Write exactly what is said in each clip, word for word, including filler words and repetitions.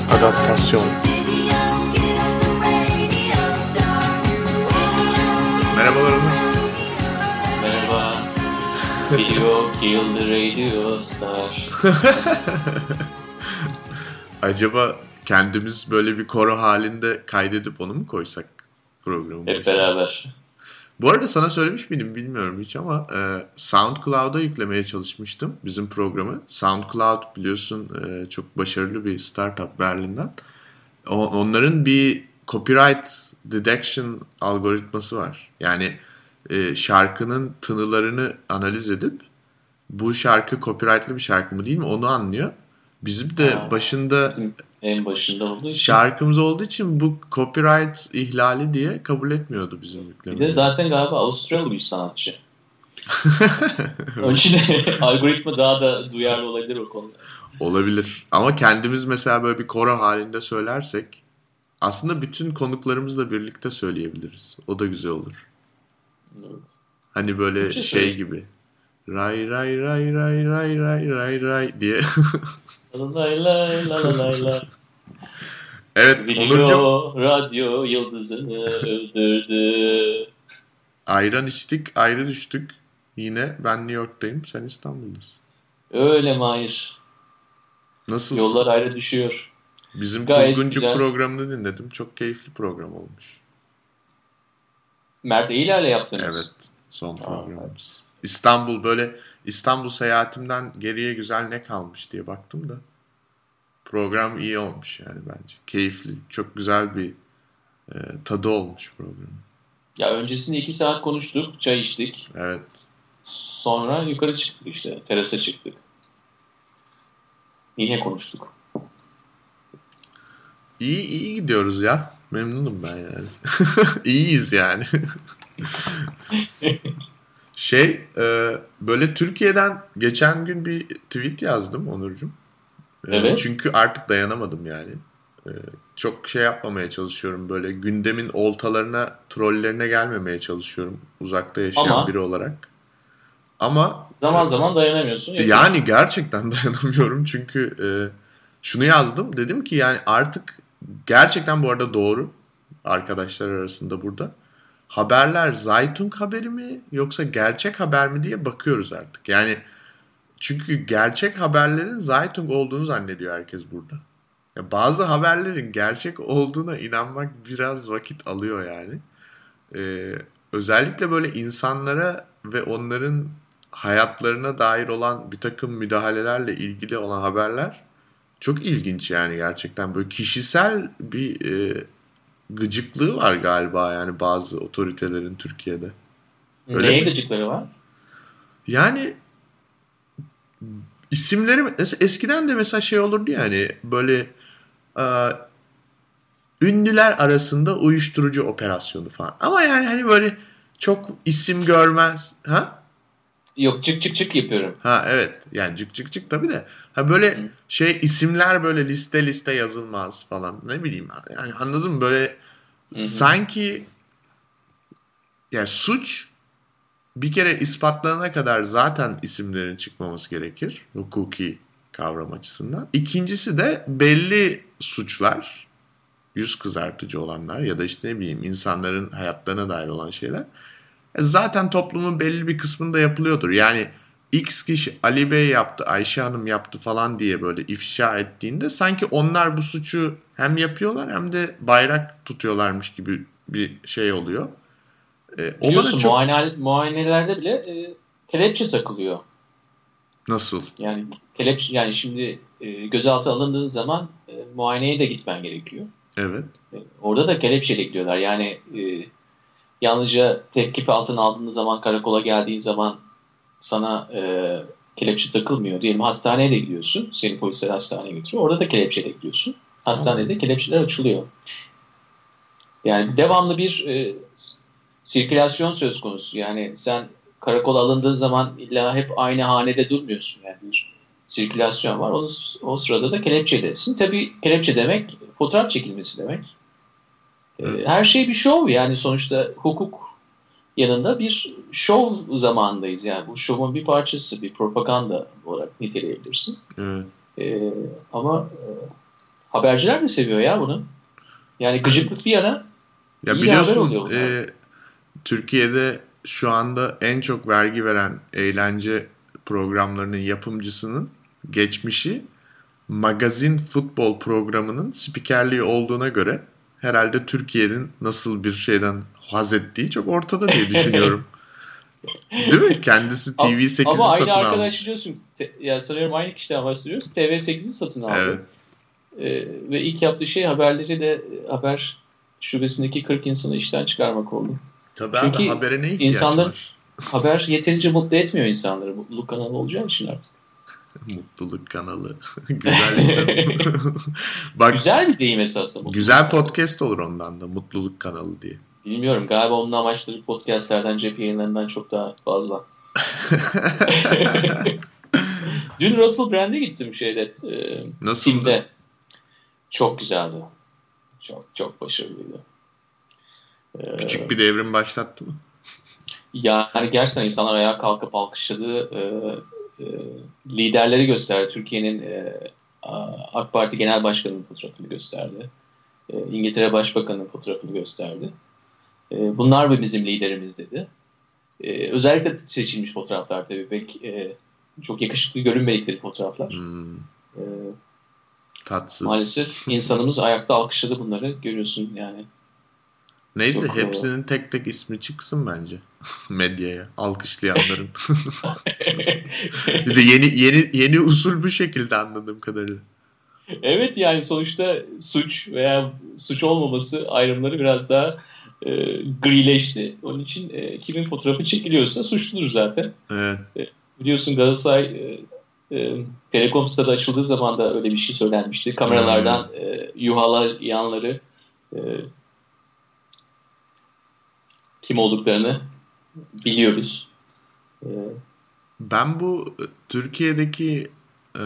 Adaptasyon. Merhabalar Onur. Merhaba. Video kill the radio star. Acaba kendimiz böyle bir koro halinde kaydedip onu mu koysak programın Hep başına? beraber. Bu arada sana söylemiş miydim bilmiyorum hiç ama e, SoundCloud'a yüklemeye çalışmıştım bizim programı. SoundCloud biliyorsun e, çok başarılı bir startup Berlin'den. O, onların bir copyright detection algoritması var. Yani e, şarkının tınılarını analiz edip bu şarkı copyrightlı bir şarkı mı değil mi onu anlıyor. Bizim de Ha, başında bizim en başında olduğu için. şarkımız olduğu için bu copyright ihlali diye kabul etmiyordu bizim Bir de yüklememizi. zaten galiba Avustralyalı bir sanatçı. Onun için de algoritma daha da duyarlı olabilir o konuda. Olabilir. Ama kendimiz mesela böyle bir koro halinde söylersek aslında bütün konuklarımızla birlikte söyleyebiliriz. O da güzel olur. Evet. Hani böyle Türkçe şey söyle. gibi. Ray ray ray ray ray ray ray ray diye. Lay lay la la lay la. Evet Onurcuğum. Video, radyo yıldızını öldürdü. Ayran içtik, ayrı düştük. Yine ben New York'tayım, sen İstanbul'dasın. Öyle mi? Hayır. Nasılsın? Yollar ayrı düşüyor. Bizim Gayet Kuzguncuk güzel. programını dinledim. Çok keyifli program olmuş. Mert İyiler'le yaptınız. Evet, son Aa, programımız. İstanbul böyle İstanbul seyahatimden geriye güzel ne kalmış diye baktım da program iyi olmuş yani bence. Keyifli, çok güzel bir e, tadı olmuş program. Ya öncesinde iki saat konuştuk, çay içtik. Evet. Sonra yukarı çıktık işte, terasa çıktık. Yine konuştuk. İyi iyi gidiyoruz ya. Memnunum ben yani. İyiyiz yani. Şey e, böyle Türkiye'den geçen gün bir tweet yazdım Onurcuğum. E, Evet. Çünkü artık dayanamadım yani. E, çok şey yapmamaya çalışıyorum böyle gündemin oltalarına, trollerine gelmemeye çalışıyorum uzakta yaşayan Ama biri olarak. Ama zaman e, zaman dayanamıyorsun. Yapıyorsun. yani gerçekten dayanamıyorum çünkü e, şunu yazdım. Dedim ki yani artık gerçekten bu arada doğru arkadaşlar arasında burada. Haberler Zeitung haberi mi yoksa gerçek haber mi diye bakıyoruz artık. Yani çünkü gerçek haberlerin Zeitung olduğunu zannediyor herkes burada. Ya bazı haberlerin gerçek olduğuna inanmak biraz vakit alıyor yani. Ee, özellikle böyle insanlara ve onların hayatlarına dair olan bir takım müdahalelerle ilgili olan haberler çok ilginç yani gerçekten. Böyle kişisel bir e, gıcıklığı var galiba yani bazı otoritelerin Türkiye'de. Öyle Neye mi? gıcıkları var? Yani isimleri es- eskiden de mesela şey olurdu yani böyle e, ünlüler arasında uyuşturucu operasyonu falan. Ama yani hani böyle çok isim görmez. Ha? Yok, çık çık çık yapıyorum. Ha evet. Yani cık cık cık tabii de. Ha böyle Hı. şey isimler böyle liste liste yazılmaz falan. Ne bileyim yani anladın mı? Böyle Hı hı. sanki yani suç bir kere ispatlanana kadar zaten isimlerin çıkmaması gerekir. Hukuki kavram açısından. İkincisi de belli suçlar, yüz kızartıcı olanlar ya da işte ne bileyim insanların hayatlarına dair olan şeyler e, zaten toplumun belli bir kısmında yapılıyordur. Yani X kişi Ali Bey yaptı, Ayşe Hanım yaptı falan diye böyle ifşa ettiğinde sanki onlar bu suçu hem yapıyorlar hem de bayrak tutuyorlarmış gibi bir şey oluyor. E, o bana Biliyorsun çok muayene, muayenelerde bile e, kelepçe takılıyor. nasıl? Yani kelepçe yani şimdi e, gözaltı alındığın zaman e, muayeneye de gitmen gerekiyor. Evet. E, orada da kelepçeyle gidiyorlar. Yani e, yalnızca tevkif altına aldığın zaman karakola geldiğin zaman sana e, kelepçe takılmıyor. Diyelim hastaneye de gidiyorsun. Seni polisler hastaneye götürüyor. Orada da kelepçeyle gidiyorsun. Hastanede kelepçeler açılıyor. Yani devamlı bir e, sirkülasyon söz konusu. Yani sen karakola alındığın zaman illa hep aynı hanede durmuyorsun. Yani bir sirkülasyon var. O, o sırada da kelepçedesin. Tabii kelepçe demek fotoğraf çekilmesi demek. E, Evet. her şey bir şov. Yani sonuçta hukuk yanında bir şov zamanındayız. Yani bu şovun bir parçası, bir propaganda olarak niteleyebilirsin. Evet. Ee, ama Haberciler de seviyor ya bunu. Yani gıcıklık bir yana Ya iyi haber oluyor biliyorsun bunlar. e, Türkiye'de şu anda en çok vergi veren eğlence programlarının yapımcısının geçmişi magazin futbol programının spikerliği olduğuna göre herhalde Türkiye'nin nasıl bir şeyden haz ettiği çok ortada diye düşünüyorum. Değil mi? Kendisi Ama T V sekizi ama aynı satın arkadaş almış. biliyorsun. Te, ya sanıyorum aynı kişiden bahsediyoruz. T V sekizi satın Evet. aldı. Ee, ve ilk yaptığı şey haberleri de haber şubesindeki kırk insanı işten çıkarmak oldu. Tabii abi, Çünkü habere ne ihtiyaç insanların var? haber yeterince mutlu etmiyor insanları. Mutluluk kanalı olacağı için artık. Mutluluk kanalı. Güzel isim. Bak, Güzel bir deyim esasında. Mutluluk güzel kanalı. podcast olur ondan da. Mutluluk kanalı diye. Bilmiyorum. Galiba onun amaçları podcastlerden, cep yayınlarından çok daha fazla. Dün Russell Brand'e gittim şeyde. E, Nasıldı? Tim'de. Çok güzeldi. Çok çok başarılıydı. Ee, Küçük bir devrim başlattı mı? Yani gerçekten insanlar ayağa kalkıp alkışladı. E, e, liderleri gösterdi. Türkiye'nin e, AK Parti Genel Başkanı'nın fotoğrafını gösterdi. E, İngiltere Başbakanı'nın fotoğrafını gösterdi. E, bunlar mı bizim liderimiz dedi. E, özellikle seçilmiş fotoğraflar tabii pek e, çok yakışıklı görünmedikleri fotoğraflar. Hmm, E, tatsız. Maalesef insanımız ayakta alkışladı bunları. Görüyorsun yani. Neyse, Çok, hepsinin tek tek ismi çıksın bence medyaya, alkışlayanların. Bir de yeni yeni yeni usul bu şekilde anladığım kadarıyla. Evet, yani sonuçta suç veya suç olmaması ayrımları biraz daha e, grileşti. Onun için e, kimin fotoğrafı çekiliyorsa suçludur zaten. Evet. E, biliyorsun Galatasaray e, e, Telekom stadı açıldığı zaman da öyle bir şey söylenmişti. Kameralardan Hmm. e, yuhalayanları e, kim olduklarını biliyoruz. E, Ben bu e, Türkiye'deki e,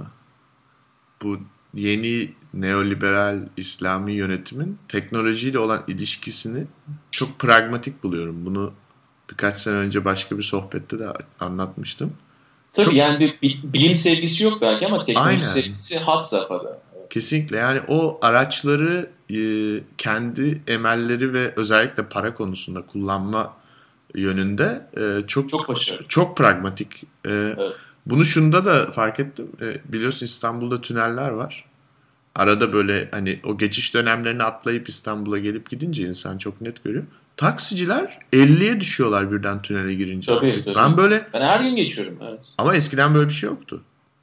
bu yeni neoliberal İslami yönetimin teknolojiyle olan ilişkisini çok pragmatik buluyorum. Bunu birkaç sene önce başka bir sohbette de anlatmıştım. tabii Çok- yani bir, bir bilim sevgisi yok belki ama teknoloji Aynen. sevgisi had safhada. Kesinlikle, yani o araçları e, kendi emelleri ve özellikle para konusunda kullanma yönünde e, çok Çok başarılı. çok pragmatik. E, Evet. Bunu şunda da fark ettim. E, biliyorsun İstanbul'da tüneller var. Arada böyle hani o geçiş dönemlerini atlayıp İstanbul'a gelip gidince insan çok net görüyor. Taksiciler elliye düşüyorlar birden tünele girince. Tabii, artık. tabii. Ben böyle, Ben her gün geçiyorum. Evet. ama eskiden böyle bir şey yoktu.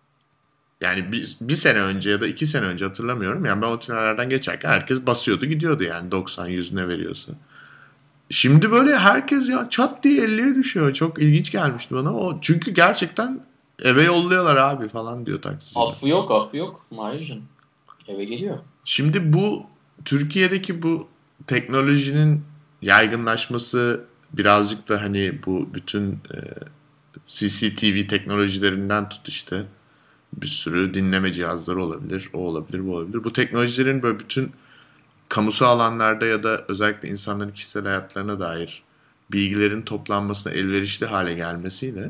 Yani bir, bir sene önce ya da iki sene önce hatırlamıyorum. Yani ben o tünellerden geçerken herkes basıyordu gidiyordu, yani doksan yüz ne veriyorsa. Şimdi böyle herkes ya çat diye elliye düşüyor. Çok ilginç gelmişti bana. O çünkü gerçekten eve yolluyorlar abi falan diyor taksiciler. Affı yok, affı yok. Mahir'cim. Eve geliyor. Şimdi bu Türkiye'deki bu teknolojinin yaygınlaşması birazcık da hani bu bütün e, C C T V teknolojilerinden tut işte bir sürü dinleme cihazları olabilir, o olabilir, bu olabilir. Bu teknolojilerin böyle bütün kamusal alanlarda ya da özellikle insanların kişisel hayatlarına dair bilgilerin toplanmasına elverişli hale gelmesiyle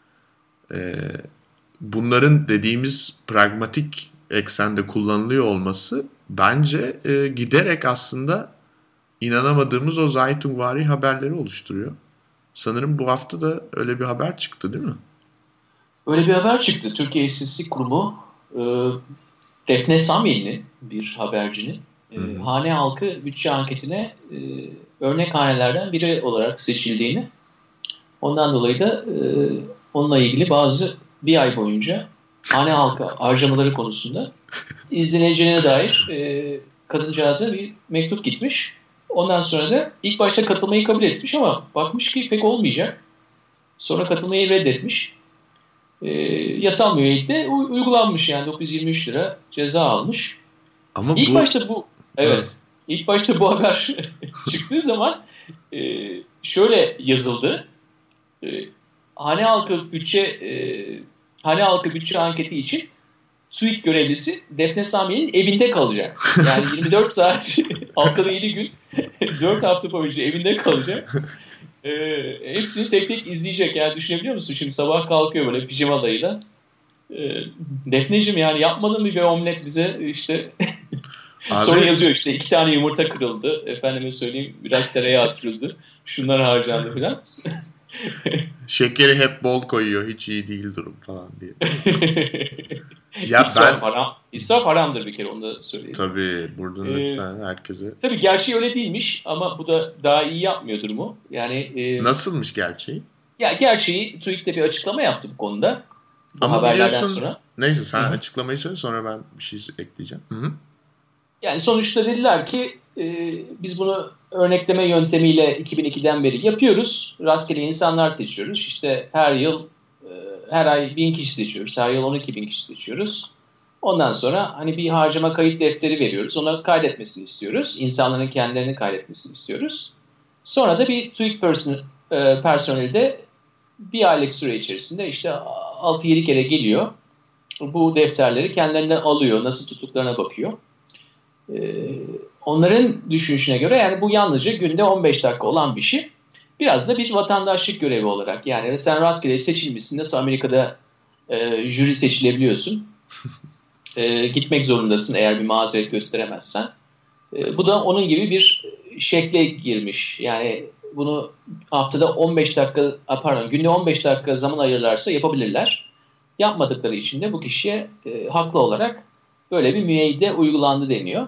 e, bunların dediğimiz pragmatik eksende kullanılıyor olması bence e, giderek aslında inanamadığımız o Zaytungvari haberleri oluşturuyor. Sanırım bu hafta da öyle bir haber çıktı değil mi? Öyle bir haber çıktı. Türkiye İstatistik Kurumu e, Defne Samyeli'nin, bir habercinin e, Hı hı. hane halkı bütçe anketine e, örnek hanelerden biri olarak seçildiğini, ondan dolayı da e, onunla ilgili bazı bir ay boyunca hane halkı harcamaları konusunda izleneceğine dair e, kadıncağıza bir mektup gitmiş. Ondan sonra da ilk başta katılmayı kabul etmiş ama bakmış ki pek olmayacak. Sonra katılmayı reddetmiş. E, yasal müeyyide u- uygulanmış, yani dokuz yüz yirmi üç lira ceza almış. Ama İlk bu başta bu evet, Evet. ilk başta bu haber çıktığı zaman e, şöyle yazıldı. E, hane halkı bütçe e, hane halkı bütçe anketi için TÜİK görevlisi Defne Samyeli'nin evinde kalacak. Yani yirmi dört saat haftada yedi gün dört hafta boyunca evinde kalacak. E, hepsini tek tek izleyecek. Yani düşünebiliyor musun? Şimdi sabah kalkıyor böyle pijamadayla. E, Defneciğim, yani yapmadın mı bir omlet bize, işte Abi, Sonra yazıyor işte iki tane yumurta kırıldı. Efendime söyleyeyim biraz tereyağı sürüldü. Şunlar harcandı falan. Şekeri hep bol koyuyor. Hiç iyi değil durum falan diye. Ya İsraf ben haram. İsraf haramdır bir kere onu da söyleyeyim. tabii buradan Ee, lütfen herkese. tabii gerçeği öyle değilmiş ama bu da daha iyi yapmıyor durumu. Yani e, Nasılmış gerçeği? ya gerçeği TÜİK'te bir açıklama yaptı bu konuda. Bu Ama haberlerden biliyorsun sonra. neyse sen Hı-hı. açıklamayı söyle sonra ben bir şey ekleyeceğim. Hı-hı. Yani sonuçta dediler ki e, biz bunu örnekleme yöntemiyle iki bin ikiden beri yapıyoruz. Rastgele insanlar seçiyoruz. İşte her yıl e, her ay bin kişi seçiyoruz. Her yıl on iki bin kişi seçiyoruz. Ondan sonra hani bir harcama kayıt defteri veriyoruz. Ona kaydetmesini istiyoruz. İnsanların kendilerini kaydetmesini istiyoruz. Sonra da bir TÜİK person, e, personeli de bir aylık süre içerisinde işte altı yedi kere geliyor. Bu defterleri kendilerinden alıyor. Nasıl tuttuklarına bakıyor. Ee, onların düşünüşüne göre yani bu yalnızca günde on beş dakika olan bir şey. Biraz da bir vatandaşlık görevi olarak. Yani sen rastgele seçilmişsin. Nasıl Amerika'da e, jüri seçilebiliyorsun. E, gitmek zorundasın eğer bir mazeret gösteremezsen. E, bu da onun gibi bir şekle girmiş. Yani bunu haftada on beş dakika, pardon günde on beş dakika zaman ayırırlarsa yapabilirler. Yapmadıkları için de bu kişiye e, haklı olarak böyle bir müeyyide uygulandı deniyor.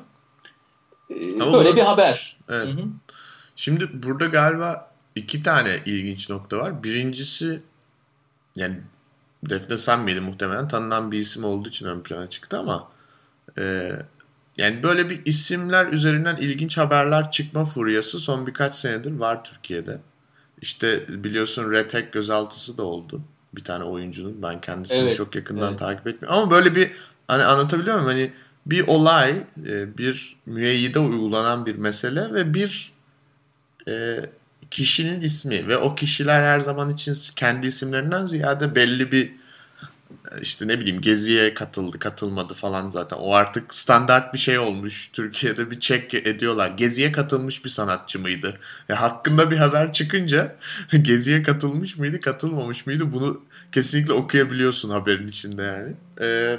Ama Böyle bir bunun haber. Hı evet. hı. Şimdi burada galiba iki tane ilginç nokta var. Birincisi yani Defne Samyeli muhtemelen tanınan bir isim olduğu için ön plana çıktı ama e, yani böyle bir isimler üzerinden ilginç haberler çıkma furyası son birkaç senedir var Türkiye'de. İşte biliyorsun Red Hack gözaltısı da oldu. Bir tane oyuncunun. Ben kendisini Evet, çok yakından evet. takip etmiyorum. Ama böyle bir hani anlatabiliyor muyum? Hani bir olay, e, bir müeyyide uygulanan bir mesele ve bir e, kişinin ismi ve o kişiler her zaman için kendi isimlerinden ziyade belli bir işte ne bileyim geziye katıldı katılmadı falan zaten. O artık standart bir şey olmuş. Türkiye'de bir check ediyorlar. Geziye katılmış bir sanatçı mıydı? Ya hakkında bir haber çıkınca geziye katılmış mıydı katılmamış mıydı bunu kesinlikle okuyabiliyorsun haberin içinde yani. Ee,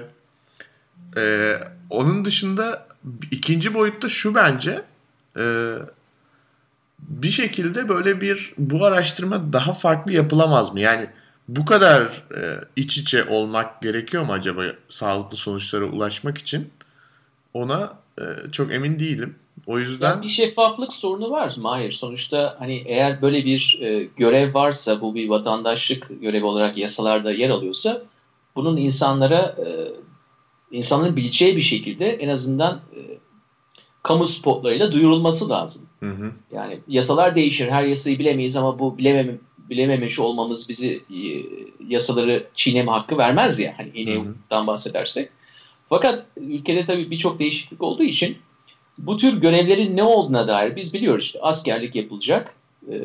e, onun dışında ikinci boyutta şu bence e, bir şekilde böyle bir bu araştırma daha farklı yapılamaz mı? Yani bu kadar e, iç içe olmak gerekiyor mu acaba sağlıklı sonuçlara ulaşmak için? Ona e, çok emin değilim. O Ya yüzden bir şeffaflık sorunu var mı? Hayır. Sonuçta hani eğer böyle bir e, görev varsa, bu bir vatandaşlık görevi olarak yasalarda yer alıyorsa, bunun insanlara, e, insanların bileceği bir şekilde en azından e, kamu spotlarıyla duyurulması lazım. hı hı, Yani yasalar değişir. Her yasayı bilemeyiz ama bu bilemem bilememiş olmamız bizi e, yasaları çiğneme hakkı vermez ya. Hani hı hı. E U'dan bahsedersek. Fakat ülkede tabii birçok değişiklik olduğu için bu tür görevlerin ne olduğuna dair biz biliyoruz. İşte askerlik yapılacak e,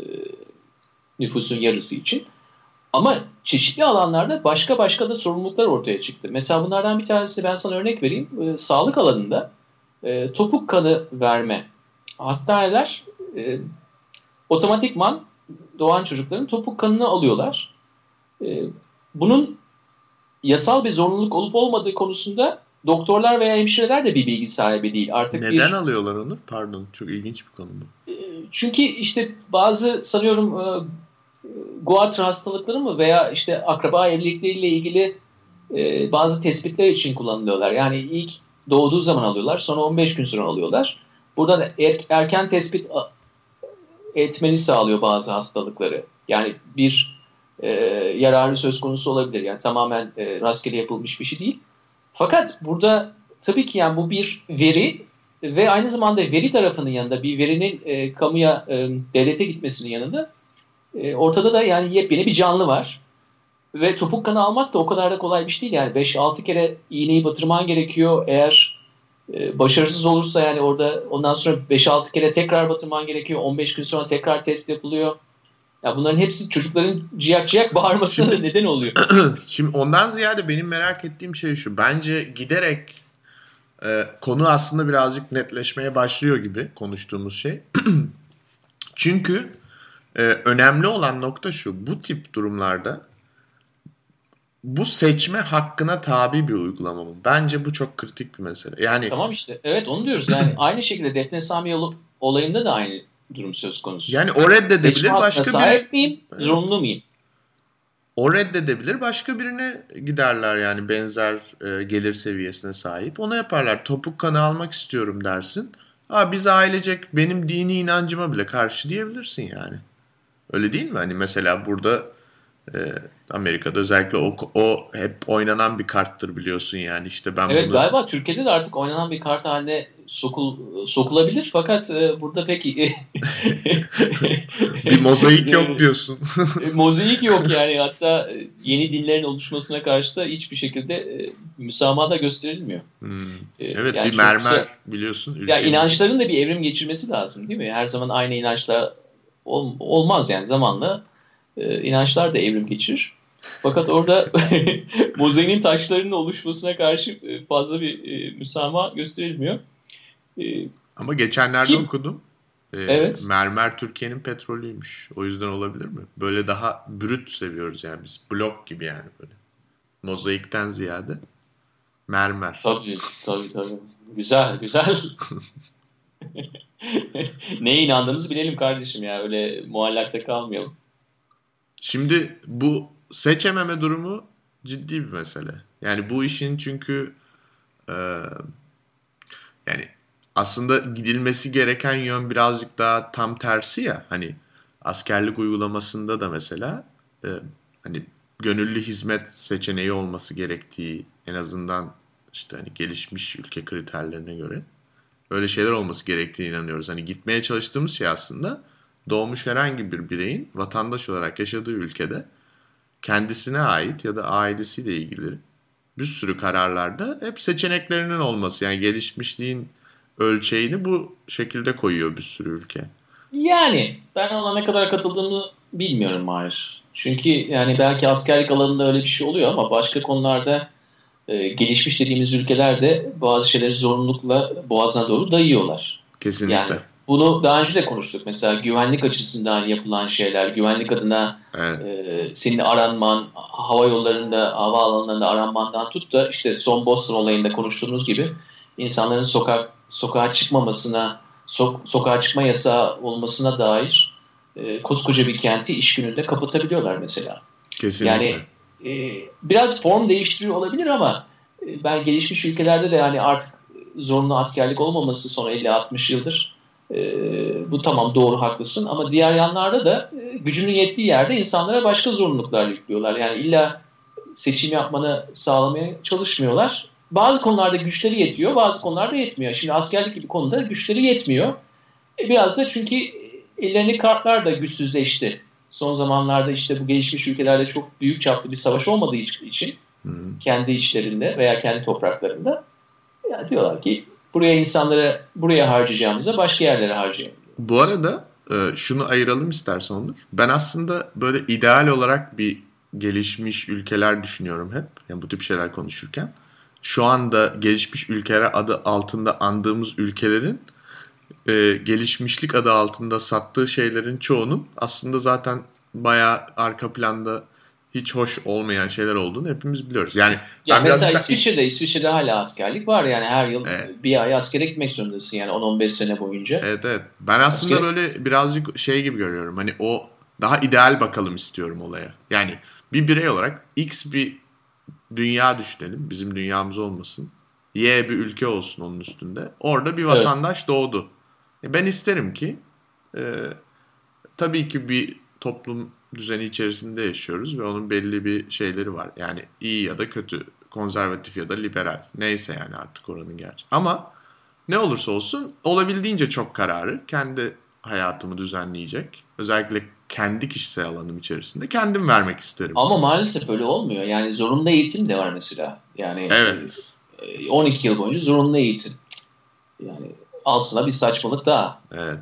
nüfusun yarısı için. Ama çeşitli alanlarda başka başka da sorumluluklar ortaya çıktı. Mesela bunlardan bir tanesi, ben sana örnek vereyim. E, sağlık alanında e, topuk kanı verme. Hastaneler e, otomatikman doğan çocukların topuk kanını alıyorlar. E, bunun yasal bir zorunluluk olup olmadığı konusunda doktorlar veya hemşireler de bir bilgi sahibi değil. Artık Neden bir alıyorlar onu? Pardon, çok ilginç bir konu bu. e, çünkü işte bazı sanıyorum e, goitre hastalıkları mı veya işte akraba evlilikleriyle ilgili e, bazı tespitler için kullanılıyorlar. Yani ilk doğduğu zaman alıyorlar, sonra on beş gün sonra alıyorlar. Burada da er, erken tespit etmeni sağlıyor bazı hastalıkları. Yani bir e, yararı söz konusu olabilir. Yani tamamen e, rastgele yapılmış bir şey değil. Fakat burada tabii ki yani bu bir veri ve aynı zamanda veri tarafının yanında, bir verinin e, kamuya, e, devlete gitmesinin yanında e, ortada da yani yepyeni bir canlı var. Ve topuk kanı almak da o kadar da kolay bir şey değil. Yani beş altı kere iğneyi batırman gerekiyor. Eğer e, başarısız olursa yani orada ondan sonra beş altı kere tekrar batırman gerekiyor. on beş gün sonra tekrar test yapılıyor. Ya bunların hepsi çocukların ciyak ciyak bağırmasına da Şimdi neden oluyor. şimdi ondan ziyade benim merak ettiğim şey şu. Bence giderek e, konu aslında birazcık netleşmeye başlıyor gibi konuştuğumuz şey. Çünkü e, önemli olan nokta şu. Bu tip durumlarda bu seçme hakkına tabi bir uygulama mı? Bence bu çok kritik bir mesele. Yani Tamam işte. Evet onu diyoruz. Yani aynı şekilde Defne Sami olayında da aynı durum söz konusu. yani o Seçme reddedebilir, hakkına başka biri sahip miyim? evet, Zorunlu muyum? o reddedebilir, başka birine giderler yani benzer e, gelir seviyesine sahip. Onu yaparlar. Topuk kanı almak istiyorum dersin. Ha, biz ailecek benim dini inancıma bile karşı diyebilirsin yani. Öyle değil mi? Hani mesela burada e, Amerika'da özellikle o, o hep oynanan bir karttır biliyorsun yani. İşte ben Evet bunu galiba Türkiye'de de artık oynanan bir kart haline sokul, sokulabilir. Fakat e, burada pek bir mozaik yok diyorsun. E, mozaik yok yani. Hatta e, yeni dinlerin oluşmasına karşı da hiçbir şekilde e, müsamaha da gösterilmiyor. Hmm. E, Evet, bir yani sonuçta mermer biliyorsun ya ülkemizin. inançların da bir evrim geçirmesi lazım değil mi? Her zaman aynı inançlar ol- olmaz yani zamanla e, inançlar da evrim geçirir. Fakat orada mozaiğin taşlarının oluşmasına karşı e, fazla bir e, müsamaha gösterilmiyor. E, Ama geçenlerde ki okudum. E, evet. mermer Türkiye'nin petrolüymüş. O yüzden olabilir mi? Böyle daha brüt seviyoruz yani biz. Blok gibi yani böyle. Mozaikten ziyade mermer. Tabii, tabii, tabii. Güzel, güzel. Neye inandığımızı bilelim kardeşim ya. Öyle muallakta kalmayalım. Şimdi bu seçememe durumu ciddi bir mesele. Yani bu işin çünkü e, yani aslında gidilmesi gereken yön birazcık daha tam tersi ya. Hani askerlik uygulamasında da mesela e, hani gönüllü hizmet seçeneği olması gerektiği, en azından işte hani gelişmiş ülke kriterlerine göre öyle şeyler olması gerektiğine inanıyoruz. Hani gitmeye çalıştığımız şey aslında doğmuş herhangi bir bireyin vatandaş olarak yaşadığı ülkede kendisine ait ya da ailesiyle ilgili bir sürü kararlarda hep seçeneklerinin olması. Yani gelişmişliğin ölçeğini bu şekilde koyuyor bir sürü ülke. Yani ben ona ne kadar katıldığımı bilmiyorum Mahir. Çünkü yani belki askerlik alanında öyle bir şey oluyor ama başka konularda e, gelişmiş dediğimiz ülkelerde bazı şeyleri zorunlulukla boğazına doğru dayıyorlar. Yani Kesinlikle. bunu daha önce de konuştuk. Mesela güvenlik açısından yapılan şeyler, güvenlik adına Evet. e, senin aranman, hava yollarında, hava alanlarında aranmandan tut da işte son Boston olayında konuştuğumuz gibi insanların sokak sokağa çıkmamasına, sok, sokağa çıkma yasağı olmasına dair e, koskoca bir kenti iş gününde kapatabiliyorlar mesela. Yani Kesinlikle. e, biraz form değiştiriyor olabilir ama e, ben gelişmiş ülkelerde de yani artık zorunlu askerlik olmaması son elli altmış yıldır e, bu tamam doğru haklısın ama diğer yanlarda da e, gücünün yettiği yerde insanlara başka zorunluluklar yüklüyorlar. Yani illa seçim yapmanı sağlamaya çalışmıyorlar. Bazı konularda güçleri yetiyor, bazı konularda yetmiyor. Şimdi askerlik gibi konuda güçleri yetmiyor. E, biraz da çünkü ellerindeki kartlar da güçsüzleşti. Son zamanlarda işte bu gelişmiş ülkelerde çok büyük çaplı bir savaş olmadığı için Hı-hı. kendi içlerinde veya kendi topraklarında ya diyorlar ki buraya insanları buraya harcayacağımıza başka yerlere harcayalım. Bu arada e, şunu ayıralım istersen Onur. Ben aslında böyle ideal olarak bir gelişmiş ülkeler düşünüyorum hep. Yani bu tip şeyler konuşurken. Şu anda gelişmiş ülkeler adı altında andığımız ülkelerin e, gelişmişlik adı altında sattığı şeylerin çoğunun aslında zaten bayağı arka planda hiç hoş olmayan şeyler olduğunu hepimiz biliyoruz. Yani Ya ben mesela birazcık da İsviçre'de, İsviçre'de hala askerlik var yani her yıl evet, bir ay askere gitmek zorundasın yani on on beş sene boyunca. evet, evet. Ben aslında Askere böyle birazcık şey gibi görüyorum. Hani o daha ideal bakalım istiyorum olaya. Yani bir birey olarak X bir dünya düşünelim. Bizim dünyamız olmasın. Y bir ülke olsun onun üstünde. Orada bir evet. vatandaş doğdu. E, Ben isterim ki e, tabii ki bir toplum düzeni içerisinde yaşıyoruz ve onun belli bir şeyleri var. Yani iyi ya da kötü, konservatif ya da liberal. Neyse yani artık oranın gerçeği. Ama ne olursa olsun olabildiğince çok kararı kendi hayatımı düzenleyecek. Özellikle kendi kişisel alanım içerisinde kendim vermek isterim. Ama maalesef öyle olmuyor. Yani zorunlu eğitim de var mesela. Yani Evet. e, on iki yıl boyunca zorunlu eğitim. Yani al bir saçmalık daha. Evet.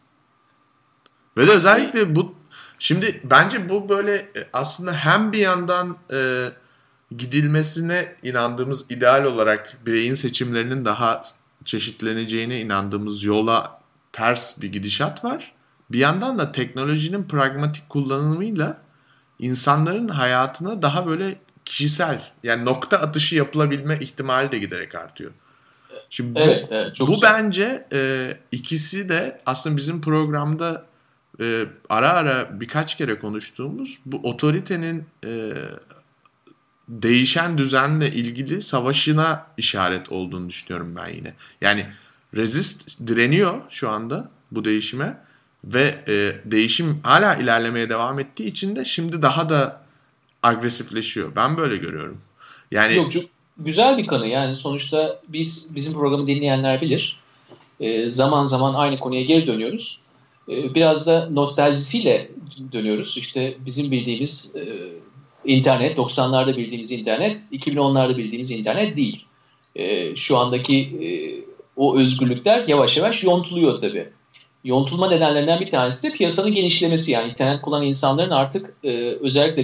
Ve de Yani, özellikle bu şimdi bence bu böyle e, aslında hem bir yandan e, gidilmesine inandığımız ideal olarak bireyin seçimlerinin daha çeşitleneceğine inandığımız yola ters bir gidişat var. Bir yandan da teknolojinin pragmatik kullanımıyla insanların hayatına daha böyle kişisel, yani nokta atışı yapılabilme ihtimali de giderek artıyor. Şimdi bu, evet, evet, çok bu güzel. bence e, ikisi de aslında bizim programda e, ara ara birkaç kere konuştuğumuz bu otoritenin e, değişen düzenle ilgili savaşına işaret olduğunu düşünüyorum ben yine. Yani resist direniyor şu anda bu değişime ve e, değişim hala ilerlemeye devam ettiği için de şimdi daha da agresifleşiyor. Ben böyle görüyorum. Yani Yok, çok güzel bir kanı. Yani sonuçta biz bizim programı dinleyenler bilir. Ee, zaman zaman aynı konuya geri dönüyoruz. Ee, biraz da nostaljisiyle dönüyoruz. İşte bizim bildiğimiz e, internet, doksanlarda bildiğimiz internet, iki bin onlarda bildiğimiz internet değil. Ee, şu andaki e, o özgürlükler yavaş yavaş yontuluyor tabii. Yontulma nedenlerinden bir tanesi de piyasanın genişlemesi. Yani internet kullanan insanların artık e, özellikle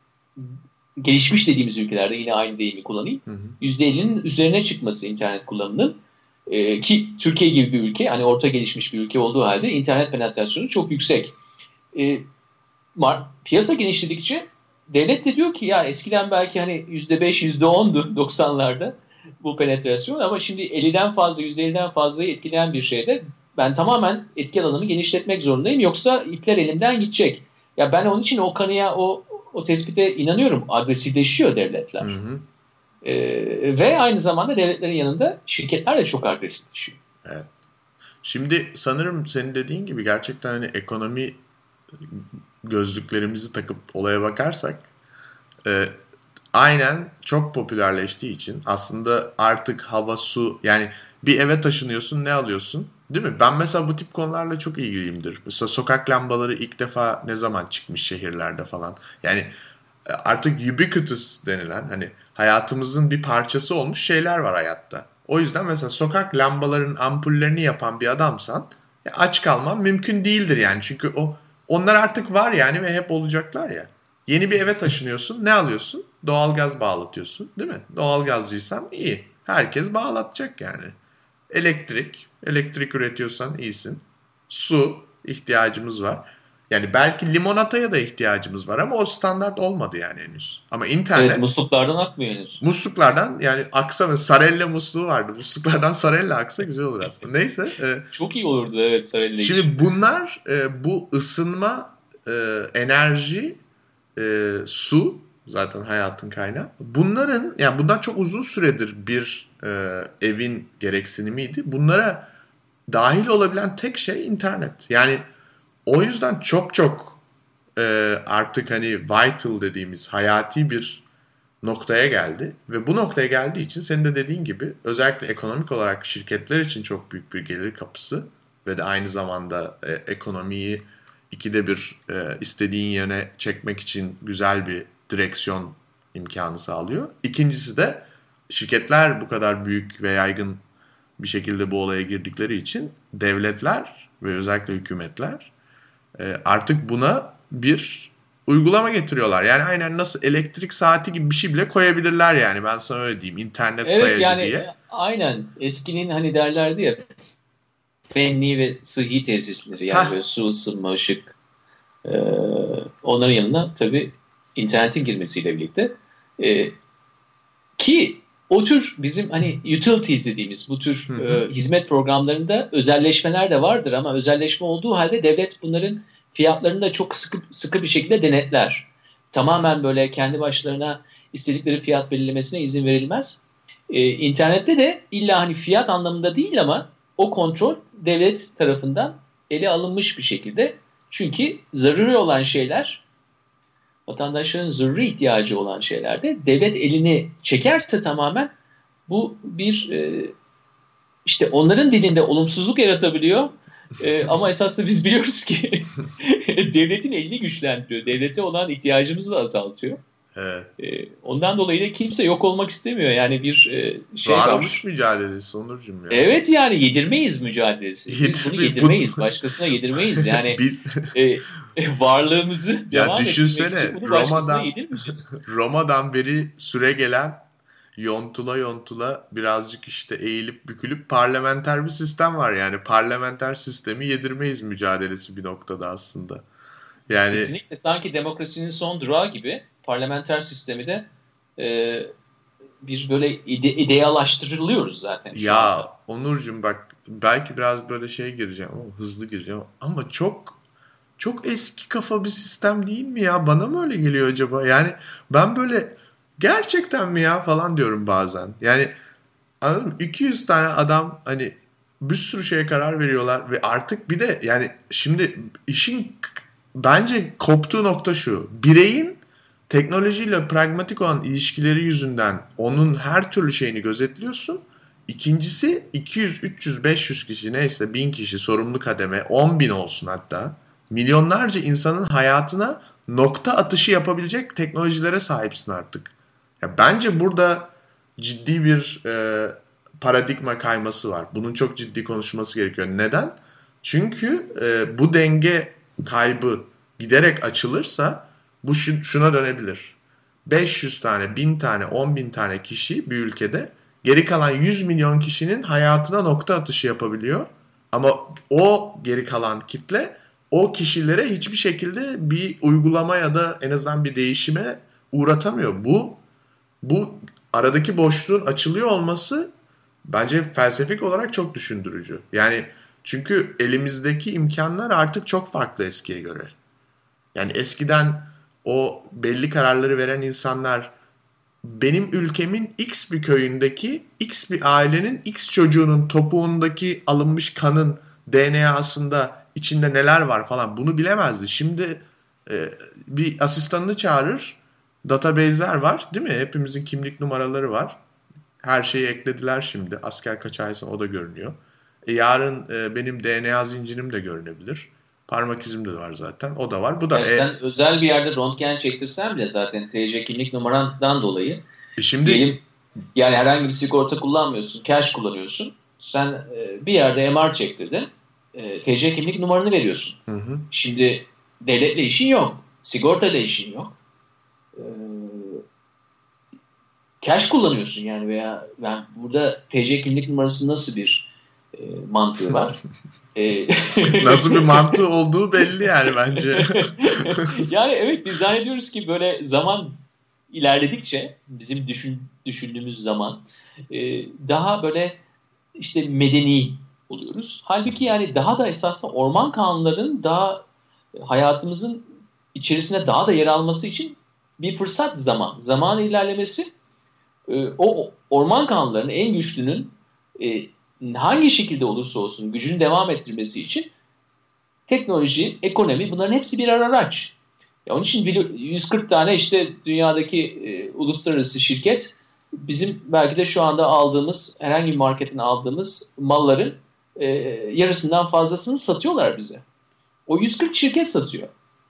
gelişmiş dediğimiz ülkelerde, yine aynı deyimi kullanayım, hı hı. yüzde ellinin üzerine çıkması internet kullanımının. Ee, ki Türkiye gibi bir ülke, hani orta gelişmiş bir ülke olduğu halde internet penetrasyonu çok yüksek. Ee, piyasa genişledikçe devlet de diyor ki ya eskiden belki hani yüzde beş, yüzde ondu doksanlarda bu penetrasyon, ama şimdi elliden fazla, yüzde elliden fazlayı etkileyen bir şeyde ben tamamen etki alanımı genişletmek zorundayım, yoksa ipler elimden gidecek. Ya ben onun için o kanıya, o o tespite inanıyorum. Agresifleşiyor devletler. Hı hı. Ee, ve aynı zamanda devletlerin yanında şirketler de çok agresifleşiyor. Evet. Şimdi sanırım senin dediğin gibi gerçekten hani ekonomi gözlüklerimizi takıp olaya bakarsak e, aynen çok popülerleştiği için aslında artık hava, su, yani bir eve taşınıyorsun, ne alıyorsun? Değil mi? Ben mesela bu tip konularla çok ilgiliyimdir. Mesela sokak lambaları ilk defa ne zaman çıkmış şehirlerde falan. Yani e, artık ubiquitous denilen, hani hayatımızın bir parçası olmuş şeyler var hayatta. O yüzden mesela sokak lambalarının ampullerini yapan bir adamsan ya aç kalman mümkün değildir yani. Çünkü o onlar artık var yani ve hep olacaklar ya. Yeni bir eve taşınıyorsun, ne alıyorsun? Doğalgaz bağlatıyorsun, değil mi? Doğalgazcıysan iyi. Herkes bağlatacak yani. Elektrik, elektrik üretiyorsan iyisin. Su ihtiyacımız var. Yani belki limonataya da ihtiyacımız var ama o standart olmadı yani henüz. Ama Evet, internet musluklardan akmıyor henüz. musluklardan, yani aksa ve Sarella musluğu vardı. Musluklardan Sarella aksa güzel olur aslında. Neyse. E, Çok iyi olurdu evet Sarayla için. şimdi bunlar e, bu ısınma, e, enerji, e, su zaten hayatın kaynağı. Bunların, yani bundan çok uzun süredir bir e, evin gereksinimiydi. Bunlara dahil olabilen tek şey internet. Yani o yüzden çok çok e, artık hani vital dediğimiz hayati bir noktaya geldi. Ve bu noktaya geldiği için senin de dediğin gibi özellikle ekonomik olarak şirketler için çok büyük bir gelir kapısı ve de aynı zamanda e, ekonomiyi ikide bir e, istediğin yöne çekmek için güzel bir direksiyon imkanı sağlıyor. İkincisi de şirketler bu kadar büyük ve yaygın bir şekilde bu olaya girdikleri için devletler ve özellikle hükümetler e, artık buna bir uygulama getiriyorlar. Yani aynen nasıl elektrik saati gibi bir şey bile koyabilirler yani. Ben sana öyle diyeyim. İnternet Evet sayacı yani diye. e, aynen eskinin hani derlerdi ya, fenli ve sıhhi tesisleri, yani Hah. böyle su, ısınma, ışık, e, onların yanına tabii internetin girmesiyle birlikte e, ki o tür bizim hani utilities dediğimiz bu tür Hı hı. e, hizmet programlarında özelleşmeler de vardır, ama özelleşme olduğu halde devlet bunların fiyatlarını da çok sıkı, sıkı bir şekilde denetler. Tamamen böyle kendi başlarına istedikleri fiyat belirlemesine izin verilmez. E, internette de illa hani fiyat anlamında değil, ama o kontrol devlet tarafından ele alınmış bir şekilde. Çünkü zaruri olan şeyler, vatandaşların zaruri ihtiyacı olan şeylerde devlet elini çekerse tamamen bu bir e, işte onların dilinde olumsuzluk yaratabiliyor. E, ama esasında biz biliyoruz ki devletin elini güçlendiriyor. Devlete olan ihtiyacımızı da azaltıyor. Evet. E, ondan dolayı da kimse yok olmak istemiyor. Yani bir e, şey Varoluş var. mücadelesi Onurcuğum ya. Evet, yani yedirmeyiz mücadelesi. Biz bunu Yedirmeyi bu yedirmeyiz. Başkasına yedirmeyiz. Yani biz e, varlığımızı ya devam ettirmek düşünsene için bunu başkasına Roma'dan yedirmeyeceğiz. Roma'dan beri süre gelen yontula yontula birazcık işte eğilip bükülüp parlamenter bir sistem var yani. Parlamenter sistemi yedirmeyiz mücadelesi bir noktada aslında. Yani Kesinlikle sanki demokrasinin son durağı gibi parlamenter sistemi de e, bir böyle ide, ideallaştırılıyoruz zaten. Ya anda. Onurcuğum bak belki biraz böyle şey gireceğim ama hızlı gireceğim ama çok çok eski kafa bir sistem değil mi ya? Bana mı öyle geliyor acaba? Yani ben böyle gerçekten mi ya falan diyorum bazen. Yani anladın mı? iki yüz tane adam hani bir sürü şeye karar veriyorlar ve artık bir de yani şimdi işin bence koptuğu nokta şu. Bireyin teknolojiyle pragmatik olan ilişkileri yüzünden onun her türlü şeyini gözetliyorsun. İkincisi iki yüz, üç yüz, beş yüz kişi neyse bin kişi sorumlu kademe on bin olsun hatta. Milyonlarca insanın hayatına nokta atışı yapabilecek teknolojilere sahipsin artık. Ya bence burada ciddi bir e, paradigma kayması var. Bunun çok ciddi konuşulması gerekiyor. Neden? Çünkü e, bu denge kaybı giderek açılırsa bu şuna dönebilir. beş yüz tane, bin tane, on bin tane kişi bir ülkede geri kalan yüz milyon kişinin hayatına nokta atışı yapabiliyor. Ama o geri kalan kitle o kişilere hiçbir şekilde bir uygulama ya da en azından bir değişime uğratamıyor. Bu bu aradaki boşluğun açılıyor olması bence felsefik olarak çok düşündürücü. Yani çünkü elimizdeki imkanlar artık çok farklı eskiye göre. Yani eskiden o belli kararları veren insanlar benim ülkemin X bir köyündeki X bir ailenin X çocuğunun topuğundaki alınmış kanın D N A'sında içinde neler var falan bunu bilemezdi. Şimdi e, bir asistanını çağırır, database'ler var değil mi? Hepimizin kimlik numaraları var. Her şeyi eklediler şimdi. Asker kaç aysa o da görünüyor. E, yarın e, benim D N A zincirim de görünebilir. Parmak izim de var zaten. O da var. Bu da yani e, sen özel bir yerde röntgen çektirsen bile zaten T C kimlik numarandan dolayı e şimdi diyelim, yani herhangi bir sigorta kullanmıyorsun, cash kullanıyorsun. Sen e, bir yerde M R çektirdin. E, T C kimlik numaranı veriyorsun. Hı hı. Şimdi devletle işin yok. Sigortayla işin yok. E, cash kullanıyorsun yani veya yani burada T C kimlik numarası nasıl bir e, mantığı var? e, Nasıl bir mantığı olduğu belli yani bence. Yani evet biz zannediyoruz ki böyle zaman ilerledikçe bizim düşün, düşündüğümüz zaman e, daha böyle işte medeni oluyoruz. Halbuki yani daha da esasında orman kanunlarının daha hayatımızın içerisinde daha da yer alması için bir fırsat zaman. Zaman ilerlemesi e, o orman kanunlarının en güçlünün e, hangi şekilde olursa olsun gücünü devam ettirmesi için teknoloji, ekonomi bunların hepsi birer araç. Ya onun için yüz kırk tane işte dünyadaki e, uluslararası şirket bizim belki de şu anda aldığımız herhangi bir marketin aldığımız malların e, yarısından fazlasını satıyorlar bize. O yüz kırk şirket satıyor.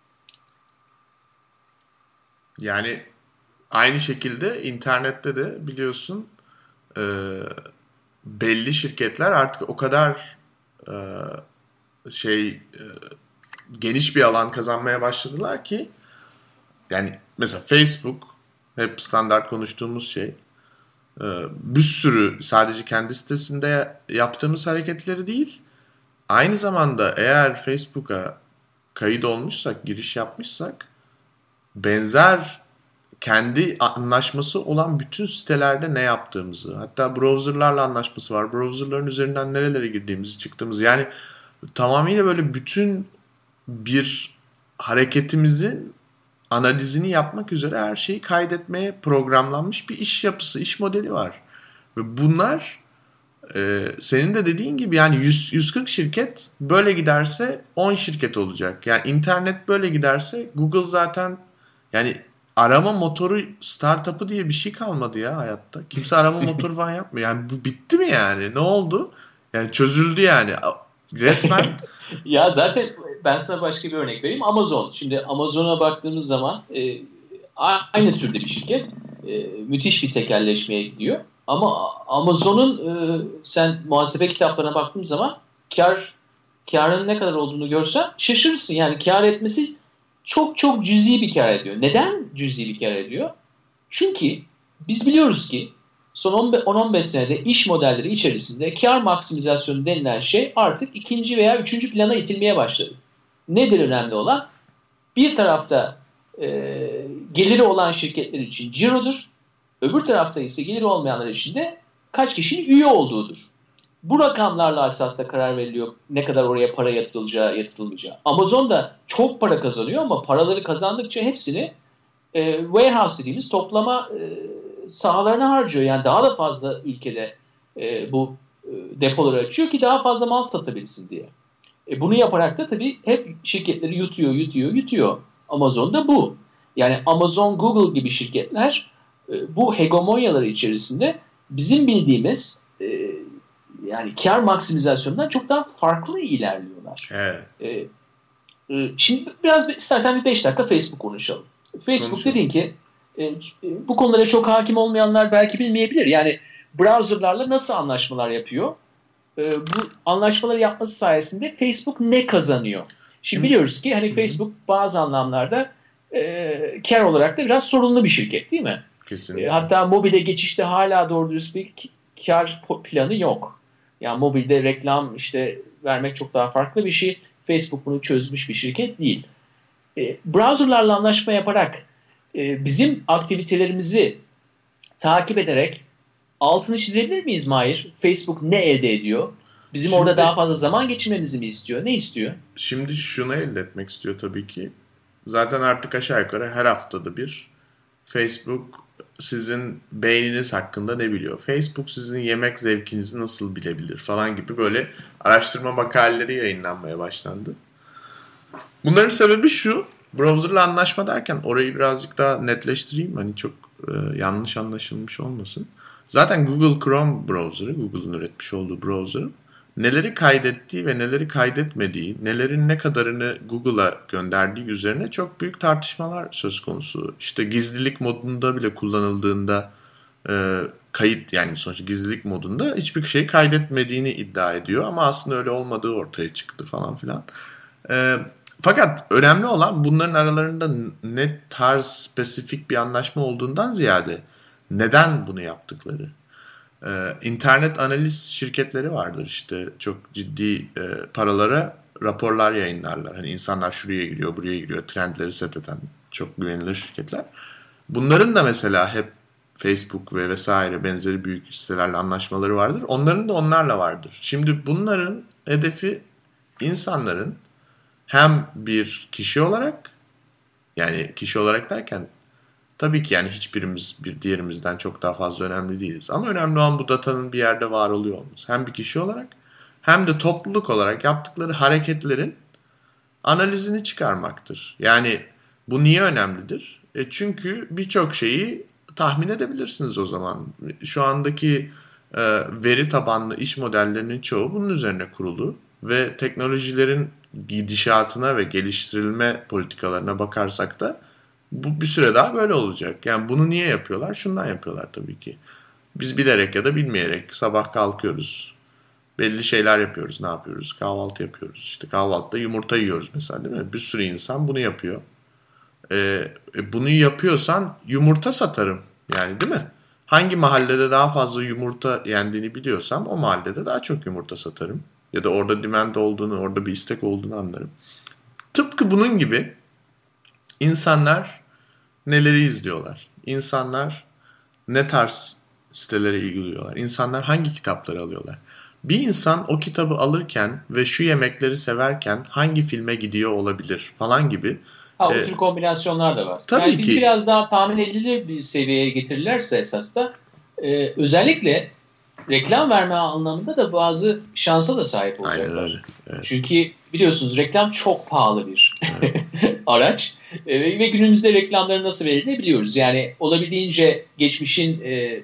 Yani aynı şekilde internette de biliyorsun e, belli şirketler artık o kadar e, şey e, geniş bir alan kazanmaya başladılar ki yani mesela Facebook hep standart konuştuğumuz şey e, bir sürü sadece kendi sitesinde yaptığımız hareketleri değil aynı zamanda eğer Facebook'a kayıt olmuşsak giriş yapmışsak benzer kendi anlaşması olan bütün sitelerde ne yaptığımızı hatta browserlarla anlaşması var browserların üzerinden nerelere girdiğimizi çıktığımızı yani tamamıyla böyle bütün bir hareketimizin analizini yapmak üzere her şeyi kaydetmeye programlanmış bir iş yapısı, iş modeli var. Ve bunlar e, senin de dediğin gibi yani yüz, yüz kırk şirket böyle giderse on şirket olacak. Yani internet böyle giderse Google zaten yani arama motoru startup'ı diye bir şey kalmadı ya hayatta. Kimse arama motoru falan yapmıyor. Yani bu bitti mi yani? Ne oldu? Yani çözüldü yani. Resmen. Ya zaten ben sana başka bir örnek vereyim. Amazon. Şimdi Amazon'a baktığımız zaman e, aynı türde bir şirket. E, müthiş bir tekelleşmeye gidiyor. Ama Amazon'un e, sen muhasebe kitaplarına baktığım zaman kar karın ne kadar olduğunu görsen şaşırırsın. Yani kar etmesi çok çok cüzi bir kar ediyor. Neden cüzi bir kar ediyor? Çünkü biz biliyoruz ki son on on beş senede iş modelleri içerisinde kar maksimizasyonu denilen şey artık ikinci veya üçüncü plana itilmeye başladı. Nedir önemli olan? Bir tarafta e, geliri olan şirketler için cirodur. Öbür tarafta ise gelir olmayanlar için de kaç kişinin üye olduğudur. Bu rakamlarla esasla karar veriliyor ne kadar oraya para yatırılacağı, yatırılmayacağı. Amazon da çok para kazanıyor ama paraları kazandıkça hepsini e, warehouse dediğimiz toplama e, sahalarına harcıyor. Yani daha da fazla ülkede e, bu e, depoları açıyor ki daha fazla mal satabilsin diye. E, bunu yaparak da tabii hep şirketleri yutuyor, yutuyor, yutuyor. Amazon'da bu. Yani Amazon, Google gibi şirketler e, bu hegemonyaları içerisinde bizim bildiğimiz e, yani kar maksimizasyonundan çok daha farklı ilerliyorlar. Evet. E, e, şimdi biraz istersen bir beş dakika Facebook konuşalım. Facebook Konuşalım. dedin ki e, bu konulara çok hakim olmayanlar belki bilmeyebilir. Yani browserlarla nasıl anlaşmalar yapıyor? E, bu anlaşmaları yapması sayesinde Facebook ne kazanıyor? Şimdi biliyoruz ki hani Hı-hı. Facebook bazı anlamlarda e, kar olarak da biraz sorunlu bir şirket değil mi? Kesinlikle. E, hatta mobile geçişte hala doğru dürüst bir kar planı yok. Yani mobilde reklam işte vermek çok daha farklı bir şey. Facebook bunu çözmüş bir şirket değil. E, browserlarla anlaşma yaparak e, bizim aktivitelerimizi takip ederek altını çizebilir miyiz Mahir? Facebook ne elde ediyor? Bizim şimdi, orada daha fazla zaman geçirmemizi mi istiyor? Ne istiyor? Şimdi şunu elde etmek istiyor tabii ki. Zaten artık aşağı yukarı her haftada bir Facebook sizin beyniniz hakkında ne biliyor? Facebook sizin yemek zevkinizi nasıl bilebilir falan gibi böyle araştırma makaleleri yayınlanmaya başlandı. Bunların sebebi şu. Browser'la anlaşma derken orayı birazcık daha netleştireyim. Hani çok e, yanlış anlaşılmış olmasın. Zaten Google Chrome browser'ı, Google'ın üretmiş olduğu browser'ın neleri kaydettiği ve neleri kaydetmediği, nelerin ne kadarını Google'a gönderdiği üzerine çok büyük tartışmalar söz konusu. İşte gizlilik modunda bile kullanıldığında e, kayıt yani sonuçta gizlilik modunda hiçbir şey kaydetmediğini iddia ediyor. Ama aslında öyle olmadığı ortaya çıktı falan filan. E, fakat önemli olan bunların aralarında ne tarz spesifik bir anlaşma olduğundan ziyade neden bunu yaptıkları. Ee, internet analiz şirketleri vardır işte çok ciddi e, paralara raporlar yayınlarlar. Hani insanlar şuraya giriyor, buraya giriyor, trendleri set eden çok güvenilir şirketler. Bunların da mesela hep Facebook ve vesaire benzeri büyük sitelerle anlaşmaları vardır. Onların da onlarla vardır. Şimdi bunların hedefi insanların hem bir kişi olarak yani kişi olarak derken tabii ki yani hiçbirimiz bir diğerimizden çok daha fazla önemli değiliz. Ama önemli olan bu datanın bir yerde var oluyor olması. Hem bir kişi olarak hem de topluluk olarak yaptıkları hareketlerin analizini çıkarmaktır. Yani bu niye önemlidir? E çünkü birçok şeyi tahmin edebilirsiniz o zaman. Şu andaki e, veri tabanlı iş modellerinin çoğu bunun üzerine kurulu. Ve teknolojilerin gidişatına ve geliştirilme politikalarına bakarsak da bu bir süre daha böyle olacak. Yani bunu niye yapıyorlar? Şundan yapıyorlar tabii ki. Biz bilerek ya da bilmeyerek sabah kalkıyoruz. Belli şeyler yapıyoruz. Ne yapıyoruz? Kahvaltı yapıyoruz. İşte kahvaltıda yumurta yiyoruz mesela değil mi? Bir sürü insan bunu yapıyor. Ee, bunu yapıyorsan yumurta satarım. Yani değil mi? Hangi mahallede daha fazla yumurta yendiğini biliyorsam o mahallede daha çok yumurta satarım. Ya da orada demand olduğunu, orada bir istek olduğunu anlarım. Tıpkı bunun gibi insanlar neleri izliyorlar? İnsanlar ne tarz sitelere ilgiliyorlar? İnsanlar hangi kitapları alıyorlar? Bir insan o kitabı alırken ve şu yemekleri severken hangi filme gidiyor olabilir falan gibi. Ha, o ee, tür kombinasyonlar da var. Tabii yani biz ki. biraz daha tahmin edilir bir seviyeye getirirlerse esas da e, özellikle reklam verme anlamında da bazı şansa da sahip olacaklar. Aynen öyle. Evet. Çünkü biliyorsunuz reklam çok pahalı bir evet. araç e, ve günümüzde reklamların nasıl verildiğini biliyoruz. Yani olabildiğince geçmişin e, e,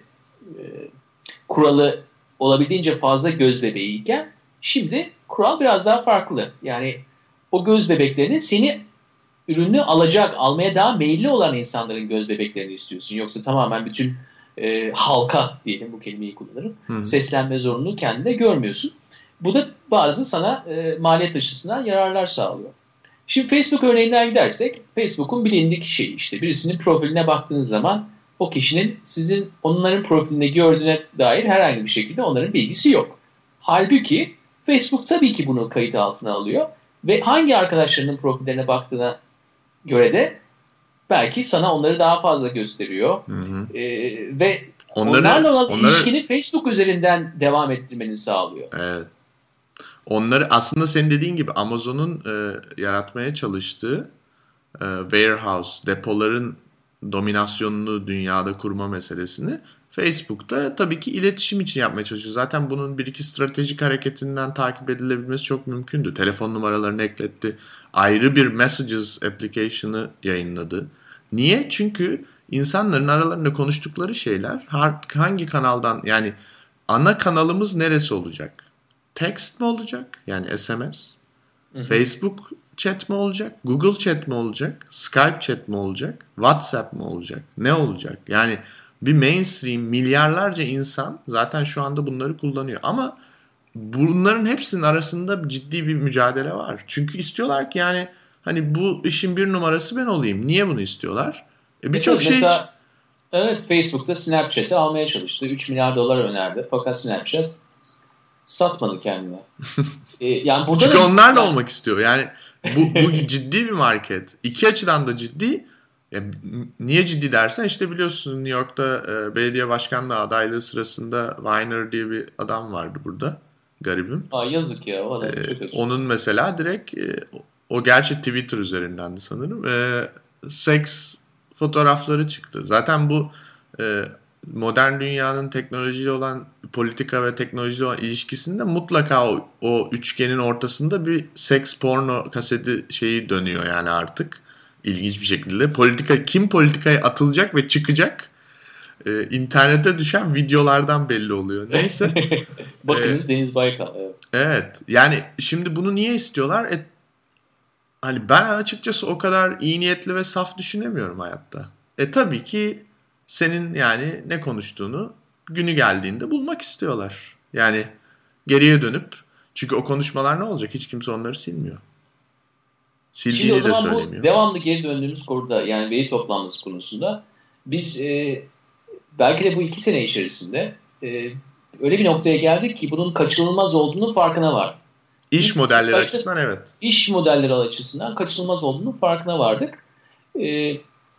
kuralı olabildiğince fazla göz bebeğiyken şimdi kural biraz daha farklı. Yani o göz bebeklerinin seni ürünü alacak, almaya daha meyilli olan insanların göz bebeklerini istiyorsun. Yoksa tamamen bütün e, halka diyelim bu kelimeyi kullanırım. Hı. Seslenme zorunluluğu kendinde görmüyorsun. Bu da bazı sana e, maliyet açısından yararlar sağlıyor. Şimdi Facebook örneğinden gidersek Facebook'un bilindik şeyi işte birisinin profiline baktığınız zaman o kişinin sizin onların profilinde gördüğüne dair herhangi bir şekilde onların bilgisi yok. Halbuki Facebook tabii ki bunu kayıt altına alıyor ve hangi arkadaşlarının profillerine baktığına göre de belki sana onları daha fazla gösteriyor. Hı hı. E, ve Onları, onlarla olan onları, ilişkini Facebook üzerinden devam ettirmeni sağlıyor. Evet. Onları aslında senin dediğin gibi Amazon'un e, yaratmaya çalıştığı e, warehouse, depoların dominasyonunu dünyada kurma meselesini Facebook'ta tabii ki iletişim için yapmaya çalışıyor. Zaten bunun bir iki stratejik hareketinden takip edilebilmesi çok mümkündü. Telefon numaralarını ekletti. Ayrı bir Messages application'ı yayınladı. Niye? Çünkü insanların aralarında konuştukları şeyler hangi kanaldan, yani ana kanalımız neresi olacak? Text mi olacak? Yani S M S. Hı hı. Facebook chat mi olacak? Google chat mi olacak? Skype chat mi olacak? WhatsApp mı olacak? Ne olacak? Yani bir mainstream milyarlarca insan zaten şu anda bunları kullanıyor. Ama bunların hepsinin arasında ciddi bir mücadele var. Çünkü istiyorlar ki yani hani bu işin bir numarası ben olayım. Niye bunu istiyorlar? E Birçok evet, şey... Mesela evet, Facebook'ta Snapchat'i almaya çalıştı. üç milyar dolar önerdi. Fakat Snapchat satmadı kendine. Ee, yani burada Çünkü da, onlar da yani... olmak istiyor. Yani bu, bu ciddi bir market. İki açıdan da ciddi. Ya, niye ciddi dersen işte biliyorsun New York'ta e, belediye başkanlığı adaylığı sırasında Weiner diye bir adam vardı burada. Garibim. Aa, yazık ya, o adam E, çok acı. onun mesela direkt e, o gerçi Twitter üzerindendi sanırım. E, seks fotoğrafları çıktı. Zaten bu e, modern dünyanın teknolojiyle olan politika ve teknolojiyle olan ilişkisinde mutlaka o, o üçgenin ortasında bir seks porno kaseti şeyi dönüyor yani artık. İlginç bir şekilde. Politika, kim politikaya atılacak ve çıkacak e, internete düşen videolardan belli oluyor. Neyse. Bakınız e, Deniz Baykal. Evet. Evet. Yani şimdi bunu niye istiyorlar? E, hani ben açıkçası o kadar iyi niyetli ve saf düşünemiyorum hayatta. E tabii ki senin yani ne konuştuğunu günü geldiğinde bulmak istiyorlar. Yani geriye dönüp, çünkü o konuşmalar ne olacak? Hiç kimse onları silmiyor. Şimdi o Sildiğini de zaman bu söylemiyor. devamlı geri döndüğümüz konuda, yani veri toplanması konusunda biz e, belki de bu iki sene içerisinde e, öyle bir noktaya geldik ki bunun kaçınılmaz olduğunu farkına vardık. İş İlk, modelleri ilk başta, açısından evet. İş modelleri açısından kaçınılmaz olduğunu farkına vardık. E,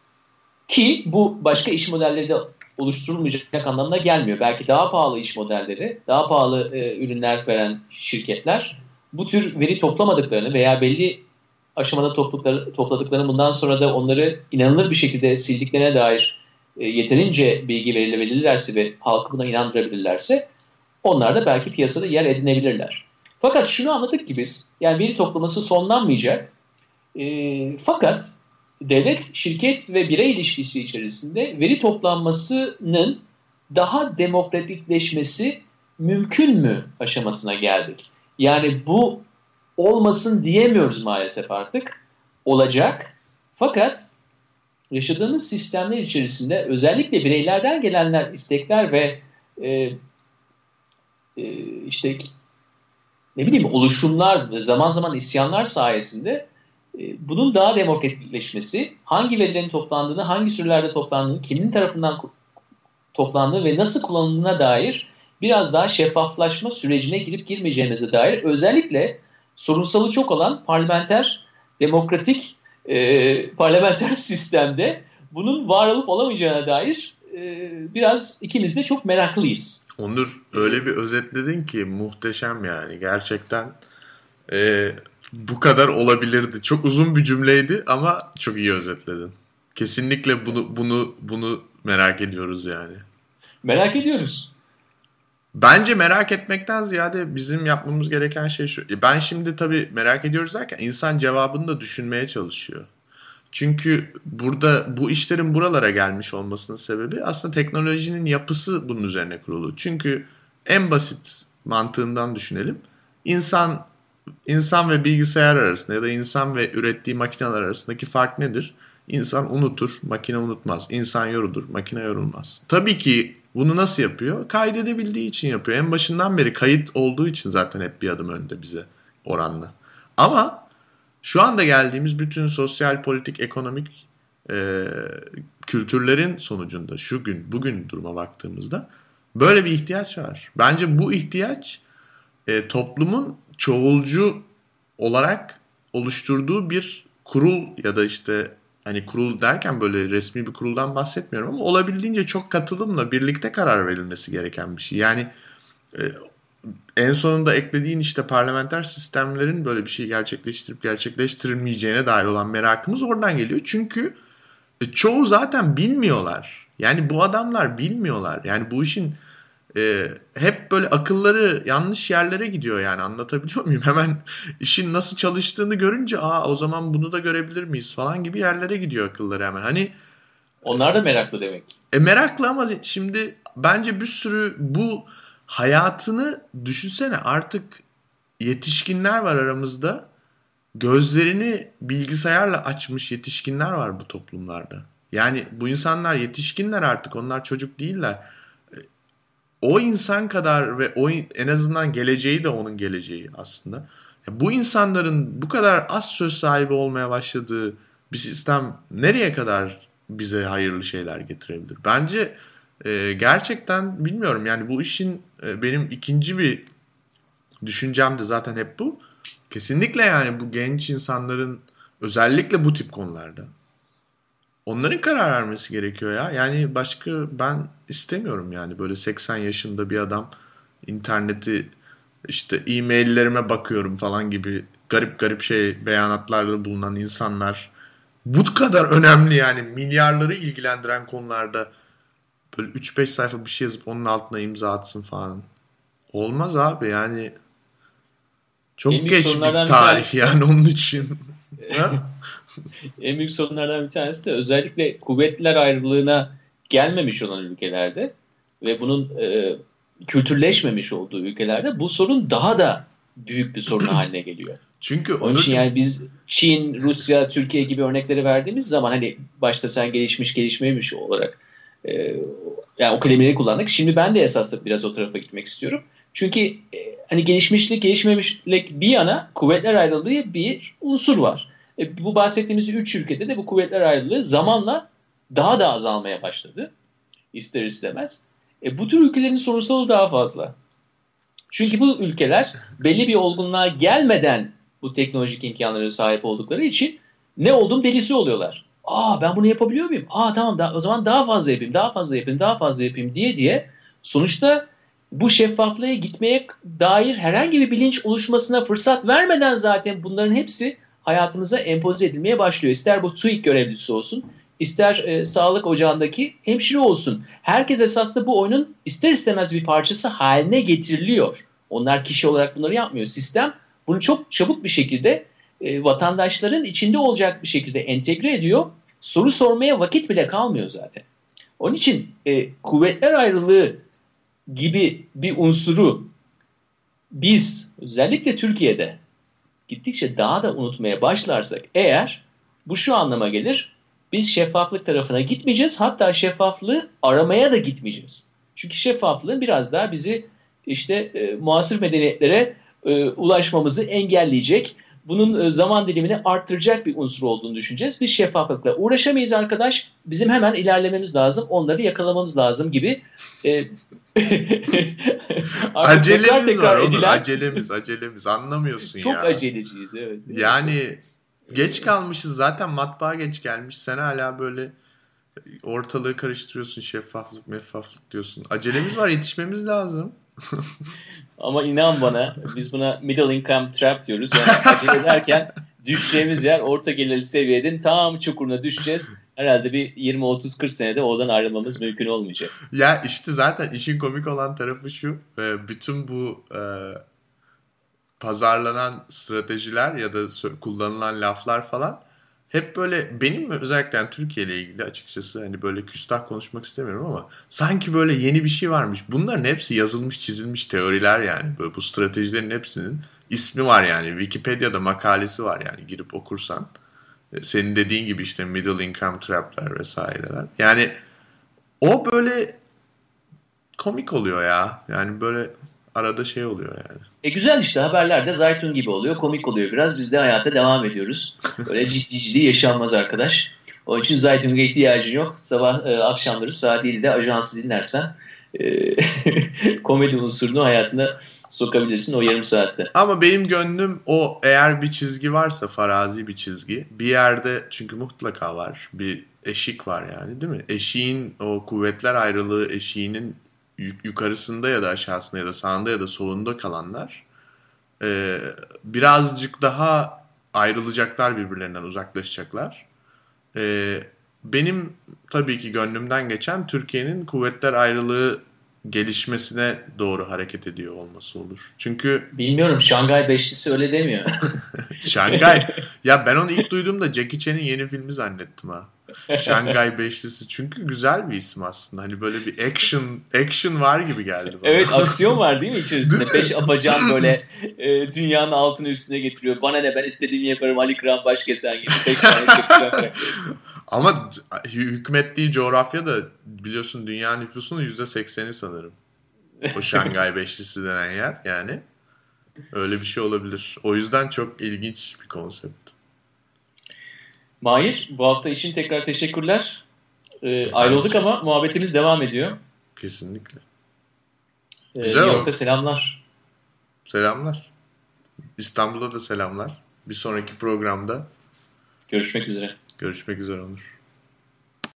ki bu başka iş modelleri de oluşturulmayacak anlamına gelmiyor. Belki daha pahalı iş modelleri, daha pahalı e, ürünler veren şirketler bu tür veri toplamadıklarını veya belli aşamada topladıkları, topladıklarını bundan sonra da onları inanılır bir şekilde sildiklerine dair e, yeterince bilgi verilebilirlerse ve halkı buna inandırabilirlerse onlar da belki piyasada yer edinebilirler. Fakat şunu anladık ki biz, yani veri toplaması sonlanmayacak. E, fakat devlet, şirket ve birey ilişkisi içerisinde veri toplanmasının daha demokratikleşmesi mümkün mü aşamasına geldik. Yani bu olmasın diyemiyoruz maalesef artık. Olacak. Fakat yaşadığımız sistemler içerisinde özellikle bireylerden gelenler, istekler ve e, e, işte ne bileyim oluşumlar ve zaman zaman isyanlar sayesinde e, bunun daha demokratikleşmesi, hangi verilerin toplandığını, hangi sürelerde toplandığını, kimin tarafından toplandığı ve nasıl kullanıldığına dair biraz daha şeffaflaşma sürecine girip girmeyeceğimize dair özellikle sorunsalı çok olan parlamenter, demokratik e, parlamenter sistemde bunun var olup olamayacağına dair e, biraz ikimiz de çok meraklıyız. Onur, öyle bir özetledin ki muhteşem yani. Gerçekten e, bu kadar olabilirdi. Çok uzun bir cümleydi ama çok iyi özetledin. Kesinlikle bunu bunu bunu merak ediyoruz yani. Merak ediyoruz. Bence merak etmekten ziyade bizim yapmamız gereken şey şu. Ben şimdi tabii merak ediyoruz derken insan cevabını da düşünmeye çalışıyor. Çünkü burada bu işlerin buralara gelmiş olmasının sebebi aslında teknolojinin yapısı bunun üzerine kurulu. Çünkü en basit mantığından düşünelim. İnsan insan ve bilgisayar arasında ya da insan ve ürettiği makineler arasındaki fark nedir? İnsan unutur, makine unutmaz. İnsan yorulur, makine yorulmaz. Tabii ki bunu nasıl yapıyor? Kaydedebildiği için yapıyor. En başından beri kayıt olduğu için zaten hep bir adım önde bize oranla. Ama şu anda geldiğimiz bütün sosyal, politik, ekonomik e, kültürlerin sonucunda şu gün, bugün duruma baktığımızda böyle bir ihtiyaç var. Bence bu ihtiyaç e, toplumun çoğulcu olarak oluşturduğu bir kurul ya da işte hani kurul derken böyle resmi bir kuruldan bahsetmiyorum ama olabildiğince çok katılımla birlikte karar verilmesi gereken bir şey. Yani e, en sonunda eklediğin işte parlamenter sistemlerin böyle bir şey gerçekleştirip gerçekleştirilmeyeceğine dair olan merakımız oradan geliyor. Çünkü e, çoğu zaten bilmiyorlar. Yani bu adamlar bilmiyorlar. Yani bu işin e, hep böyle akılları yanlış yerlere gidiyor yani, anlatabiliyor muyum? Hemen işin nasıl çalıştığını görünce aa o zaman bunu da görebilir miyiz falan gibi yerlere gidiyor akılları hemen. Hani onlar da meraklı demek. e, meraklı ama şimdi bence bir sürü bu hayatını düşünsene, artık yetişkinler var aramızda. Gözlerini bilgisayarla açmış yetişkinler var bu toplumlarda. Yani bu insanlar yetişkinler artık, onlar çocuk değiller. O insan kadar ve o en azından geleceği de onun geleceği aslında. Ya bu insanların bu kadar az söz sahibi olmaya başladığı bir sistem nereye kadar bize hayırlı şeyler getirebilir? Bence e, gerçekten bilmiyorum. Yani bu işin e, benim ikinci bir düşüncem de zaten hep bu. Kesinlikle yani bu genç insanların özellikle bu tip konularda onların karar vermesi gerekiyor ya. Yani başka ben istemiyorum yani böyle seksen yaşında bir adam interneti işte e-maillerime bakıyorum falan gibi garip garip şey beyanatlarda bulunan insanlar bu kadar önemli yani milyarları ilgilendiren konularda böyle üç beş sayfa bir şey yazıp onun altına imza atsın falan. Olmaz abi yani, En çok büyük geç bir sorunlardan bir tarih tanesi de yani onun için. Ha? en büyük sorunlardan bir tanesi de özellikle kuvvetler ayrılığına gelmemiş olan ülkelerde ve bunun e, kültürleşmemiş olduğu ülkelerde bu sorun daha da büyük bir sorun haline geliyor. Çünkü Onun için Onurcuğum yani biz Çin, Rusya, Türkiye gibi örnekleri verdiğimiz zaman hani başta sen gelişmiş gelişmemiş olarak e, yani o kelimeleri kullandık. Şimdi ben de esasında biraz o tarafa gitmek istiyorum. Çünkü e, hani gelişmişlik, gelişmemişlik bir yana kuvvetler ayrılığı bir unsur var. E, bu bahsettiğimiz üç ülkede de bu kuvvetler ayrılığı zamanla daha da azalmaya başladı. İster istemez. E, bu tür ülkelerin sorunsalı daha fazla. Çünkü bu ülkeler belli bir olgunluğa gelmeden bu teknolojik imkanlara sahip oldukları için ne olduğum delisi oluyorlar. Aa ben bunu yapabiliyor muyum? Aa tamam da, o zaman daha fazla yapayım, daha fazla yapayım, daha fazla yapayım diye diye sonuçta bu şeffaflığa gitmeye dair herhangi bir bilinç oluşmasına fırsat vermeden zaten bunların hepsi hayatımıza empoze edilmeye başlıyor. İster bu TÜİK görevlisi olsun, ister e, sağlık ocağındaki hemşire olsun. Herkes esasında bu oyunun ister istemez bir parçası haline getiriliyor. Onlar kişi olarak bunları yapmıyor. Sistem bunu çok çabuk bir şekilde e, vatandaşların içinde olacak bir şekilde entegre ediyor. Soru sormaya vakit bile kalmıyor zaten. Onun için e, kuvvetler ayrılığı gibi bir unsuru biz özellikle Türkiye'de gittikçe daha da unutmaya başlarsak eğer bu şu anlama gelir: biz şeffaflık tarafına gitmeyeceğiz, hatta şeffaflığı aramaya da gitmeyeceğiz. Çünkü şeffaflığın biraz daha bizi işte e, muasır medeniyetlere e, ulaşmamızı engelleyecek, bunun e, zaman dilimini arttıracak bir unsur olduğunu düşüneceğiz. Biz şeffaflıkla uğraşamayız arkadaş, bizim hemen ilerlememiz lazım, onları yakalamamız lazım gibi e, acelemiz tekrar var Onur, edilen, acelemiz acelemiz anlamıyorsun çok ya. aceleciyiz, evet. Yani geç kalmışız zaten, matbaa geç gelmiş, sen hala böyle ortalığı karıştırıyorsun, şeffaflık meffaflık diyorsun. Acelemiz var, yetişmemiz lazım. Ama inan bana biz buna middle income trap diyoruz. Yani acele ederken düşeceğimiz yer orta gelirli seviyenin tam çukuruna düşeceğiz. Herhalde bir yirmi otuz kırk senede oradan ayrılmamız mümkün olmayacak. Ya işte zaten işin komik olan tarafı şu. Bütün bu e, pazarlanan stratejiler ya da kullanılan laflar falan hep böyle, benim özellikle yani Türkiye ile ilgili açıkçası hani böyle küstah konuşmak istemiyorum ama sanki böyle yeni bir şey varmış. Bunların hepsi yazılmış, çizilmiş teoriler yani. Böyle bu stratejilerin hepsinin ismi var yani. Wikipedia'da makalesi var yani, girip okursan. Senin dediğin gibi işte middle income trap'ler vesaireler. Yani o böyle komik oluyor ya. Yani böyle arada şey oluyor yani. E güzel işte, haberler de Zaytun gibi oluyor. Komik oluyor biraz. Biz de hayata devam ediyoruz. Böyle ciddi ciddi yaşanmaz arkadaş. Onun için Zaytun'a ihtiyacın yok. Sabah e, akşamları saat yedide ajansı dinlersen e, komedi unsurunu hayatında sokabilirsin o yarım saatte. Ama benim gönlüm o, eğer bir çizgi varsa, farazi bir çizgi. Bir yerde çünkü mutlaka var. Bir eşik var yani, değil mi? Eşiğin, o kuvvetler ayrılığı eşiğinin yukarısında ya da aşağısında ya da sağında ya da solunda kalanlar e, birazcık daha ayrılacaklar, birbirlerinden uzaklaşacaklar. E, benim tabii ki gönlümden geçen Türkiye'nin kuvvetler ayrılığı gelişmesine doğru hareket ediyor olması olur. Çünkü bilmiyorum, Şangay Beşlisi öyle demiyor. Şangay, ya ben onu ilk duyduğumda Jackie Chan'in yeni filmi zannettim ha. Şangay Beşlisi, çünkü güzel bir isim aslında. Hani böyle bir action action var gibi geldi bana. Evet, aksiyon var değil mi içerisinde? Beş apacan böyle e, dünyanın altını üstüne getiriyor. Bana ne, ben istediğimi yaparım, Ali Kıran Başkesen gibi. Beş tane çekeceğim. Ama hükmettiği coğrafya da biliyorsun dünya nüfusunun yüzde sekseni sanırım. O Şangay Beşlisi denen yer yani. Öyle bir şey olabilir. O yüzden çok ilginç bir konsept. Mahir, bu hafta için tekrar teşekkürler. Ee, ayrıldık ama muhabbetimiz devam ediyor. Kesinlikle. Ee, Güzel New York'a selamlar. Selamlar. İstanbul'a da selamlar. Bir sonraki programda görüşmek üzere. Görüşmek üzere Onur.